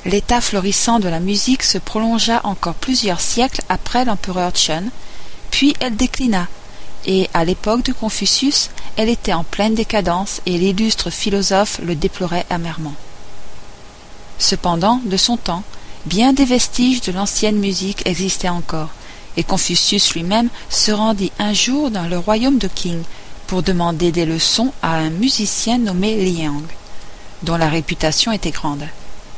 L'état florissant de la musique se prolongea encore plusieurs siècles après l'empereur Shun, puis elle déclina, et à l'époque de Confucius, elle était en pleine décadence et l'illustre philosophe le déplorait amèrement. Cependant, de son temps, bien des vestiges de l'ancienne musique existaient encore, et Confucius lui-même se rendit un jour dans le royaume de Qing pour demander des leçons à un musicien nommé Liang, dont la réputation était grande.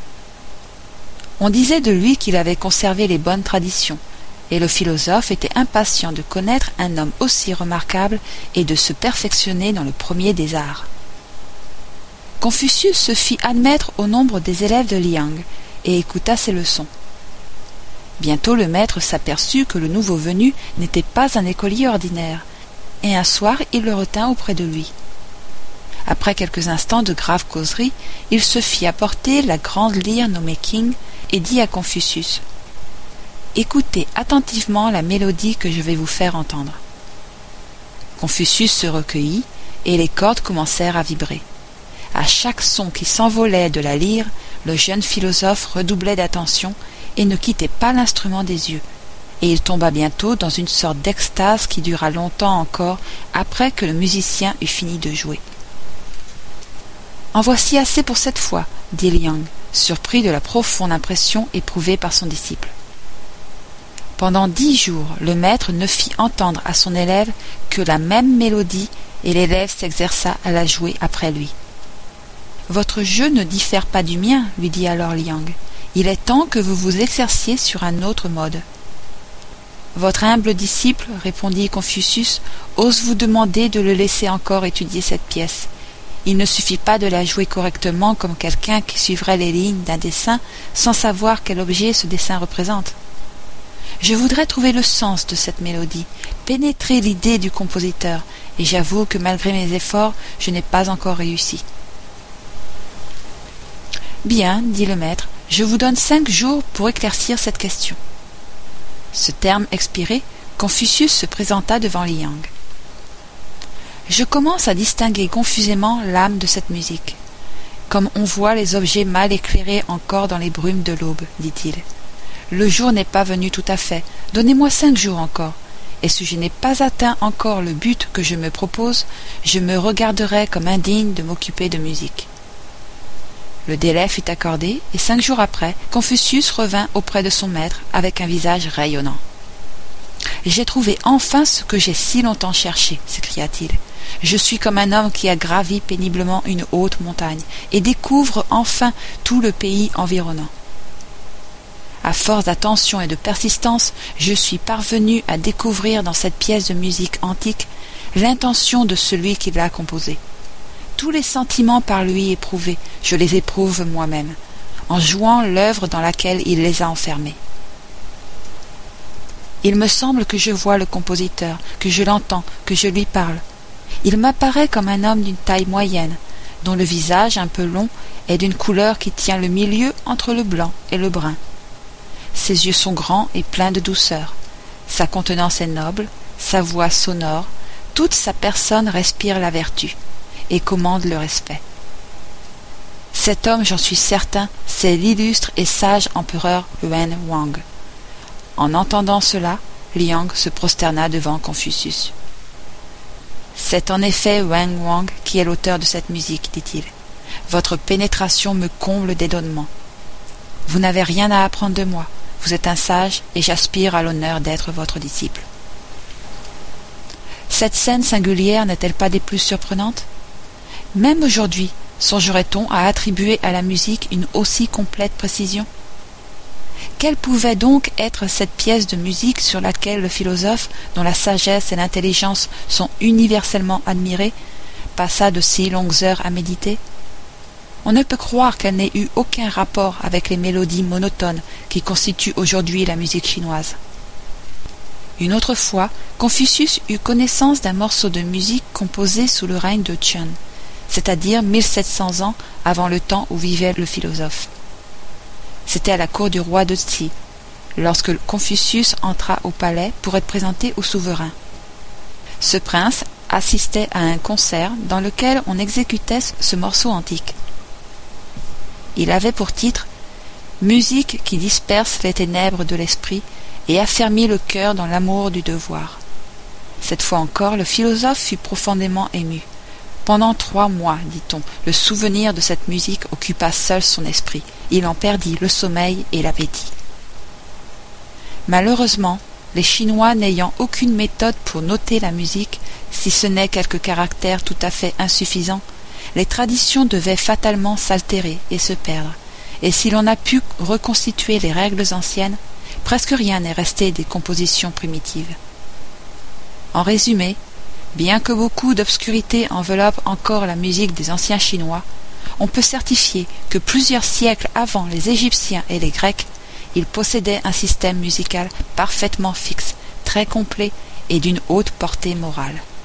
On disait de lui qu'il avait conservé les bonnes traditions, et le philosophe était impatient de connaître un homme aussi remarquable et de se perfectionner dans le premier des arts. Confucius se fit admettre au nombre des élèves de Liang et écouta ses leçons. Bientôt le maître s'aperçut que le nouveau venu n'était pas un écolier ordinaire, et un soir il le retint auprès de lui. Après quelques instants de grave causerie, il se fit apporter la grande lyre nommée Qing et dit à Confucius : « Écoutez attentivement la mélodie que je vais vous faire entendre. » Confucius se recueillit, et les cordes commencèrent à vibrer. À chaque son qui s'envolait de la lyre, le jeune philosophe redoublait d'attention et ne quittait pas l'instrument des yeux, et il tomba bientôt dans une sorte d'extase qui dura longtemps encore après que le musicien eut fini de jouer. « En voici assez pour cette fois, » dit Liang, surpris de la profonde impression éprouvée par son disciple. Pendant 10 jours, le maître ne fit entendre à son élève que la même mélodie, et l'élève s'exerça à la jouer après lui. « Votre jeu ne diffère pas du mien, lui dit alors Liang. Il est temps que vous vous exerciez sur un autre mode. » Votre humble disciple, répondit Confucius, ose vous demander de le laisser encore étudier cette pièce. Il ne suffit pas de la jouer correctement comme quelqu'un qui suivrait les lignes d'un dessin sans savoir quel objet ce dessin représente. Je voudrais trouver le sens de cette mélodie, pénétrer l'idée du compositeur, et j'avoue que malgré mes efforts, je n'ai pas encore réussi. Bien, dit le maître, je vous donne 5 jours pour éclaircir cette question. Ce terme expiré, Confucius se présenta devant Liang. Je commence à distinguer confusément l'âme de cette musique, comme on voit les objets mal éclairés encore dans les brumes de l'aube, dit-il. Le jour n'est pas venu tout à fait, donnez-moi 5 jours encore, et si je n'ai pas atteint encore le but que je me propose, je me regarderai comme indigne de m'occuper de musique. Le délai fut accordé, et 5 jours après, Confucius revint auprès de son maître avec un visage rayonnant. « J'ai trouvé enfin ce que j'ai si longtemps cherché, s'écria-t-il. Je suis comme un homme qui a gravi péniblement une haute montagne et découvre enfin tout le pays environnant. À force d'attention et de persistance, je suis parvenu à découvrir dans cette pièce de musique antique l'intention de celui qui l'a composée. Tous les sentiments par lui éprouvés, je les éprouve moi-même, en jouant l'œuvre dans laquelle il les a enfermés. Il me semble que je vois le compositeur, que je l'entends, que je lui parle. Il m'apparaît comme un homme d'une taille moyenne, dont le visage un peu long est d'une couleur qui tient le milieu entre le blanc et le brun. Ses yeux sont grands et pleins de douceur. Sa contenance est noble, sa voix sonore, toute sa personne respire la vertu et commande le respect. Cet homme, j'en suis certain, c'est l'illustre et sage empereur Yuan Wang. En entendant cela, Liang se prosterna devant Confucius. C'est en effet Yuan Wang qui est l'auteur de cette musique, dit-il. Votre pénétration me comble d'étonnement. Vous n'avez rien à apprendre de moi. Vous êtes un sage et j'aspire à l'honneur d'être votre disciple. Cette scène singulière n'est-elle pas des plus surprenantes? Même aujourd'hui, songerait-on à attribuer à la musique une aussi complète précision? Quelle pouvait donc être cette pièce de musique sur laquelle le philosophe, dont la sagesse et l'intelligence sont universellement admirées, passa de si longues heures à méditer? On ne peut croire qu'elle n'ait eu aucun rapport avec les mélodies monotones qui constituent aujourd'hui la musique chinoise. Une autre fois, Confucius eut connaissance d'un morceau de musique composé sous le règne de Shun, c'est-à-dire 1700 ans avant le temps où vivait le philosophe. C'était à la cour du roi de Tsi, lorsque Confucius entra au palais pour être présenté au souverain. Ce prince assistait à un concert dans lequel on exécutait ce morceau antique. Il avait pour titre musique qui disperse les ténèbres de l'esprit et affermit le cœur dans l'amour du devoir. Cette fois encore, le philosophe fut profondément ému. Pendant 3 mois, dit-on, le souvenir de cette musique occupa seul son esprit. Il en perdit le sommeil et l'appétit. Malheureusement, les Chinois n'ayant aucune méthode pour noter la musique, si ce n'est quelques caractères tout à fait insuffisants, les traditions devaient fatalement s'altérer et se perdre, et si l'on a pu reconstituer les règles anciennes, presque rien n'est resté des compositions primitives. En résumé, bien que beaucoup d'obscurité enveloppe encore la musique des anciens Chinois, on peut certifier que plusieurs siècles avant les Égyptiens et les Grecs, ils possédaient un système musical parfaitement fixe, très complet et d'une haute portée morale.